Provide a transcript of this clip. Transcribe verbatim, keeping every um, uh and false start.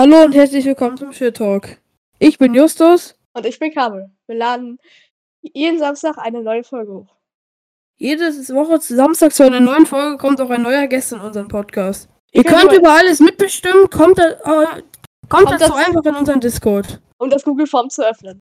Hallo und herzlich willkommen zum Shit Talk. Ich bin Justus. Und ich bin Kabel. Wir laden jeden Samstag eine neue Folge hoch. Jede Woche Samstag zu einer neuen Folge kommt auch ein neuer Gast in unseren Podcast. Ihr Könnt könnt ihr- über alles mitbestimmen, kommt, da, äh, kommt Kommt dazu das- einfach in unseren Discord. Um das Google Form zu öffnen.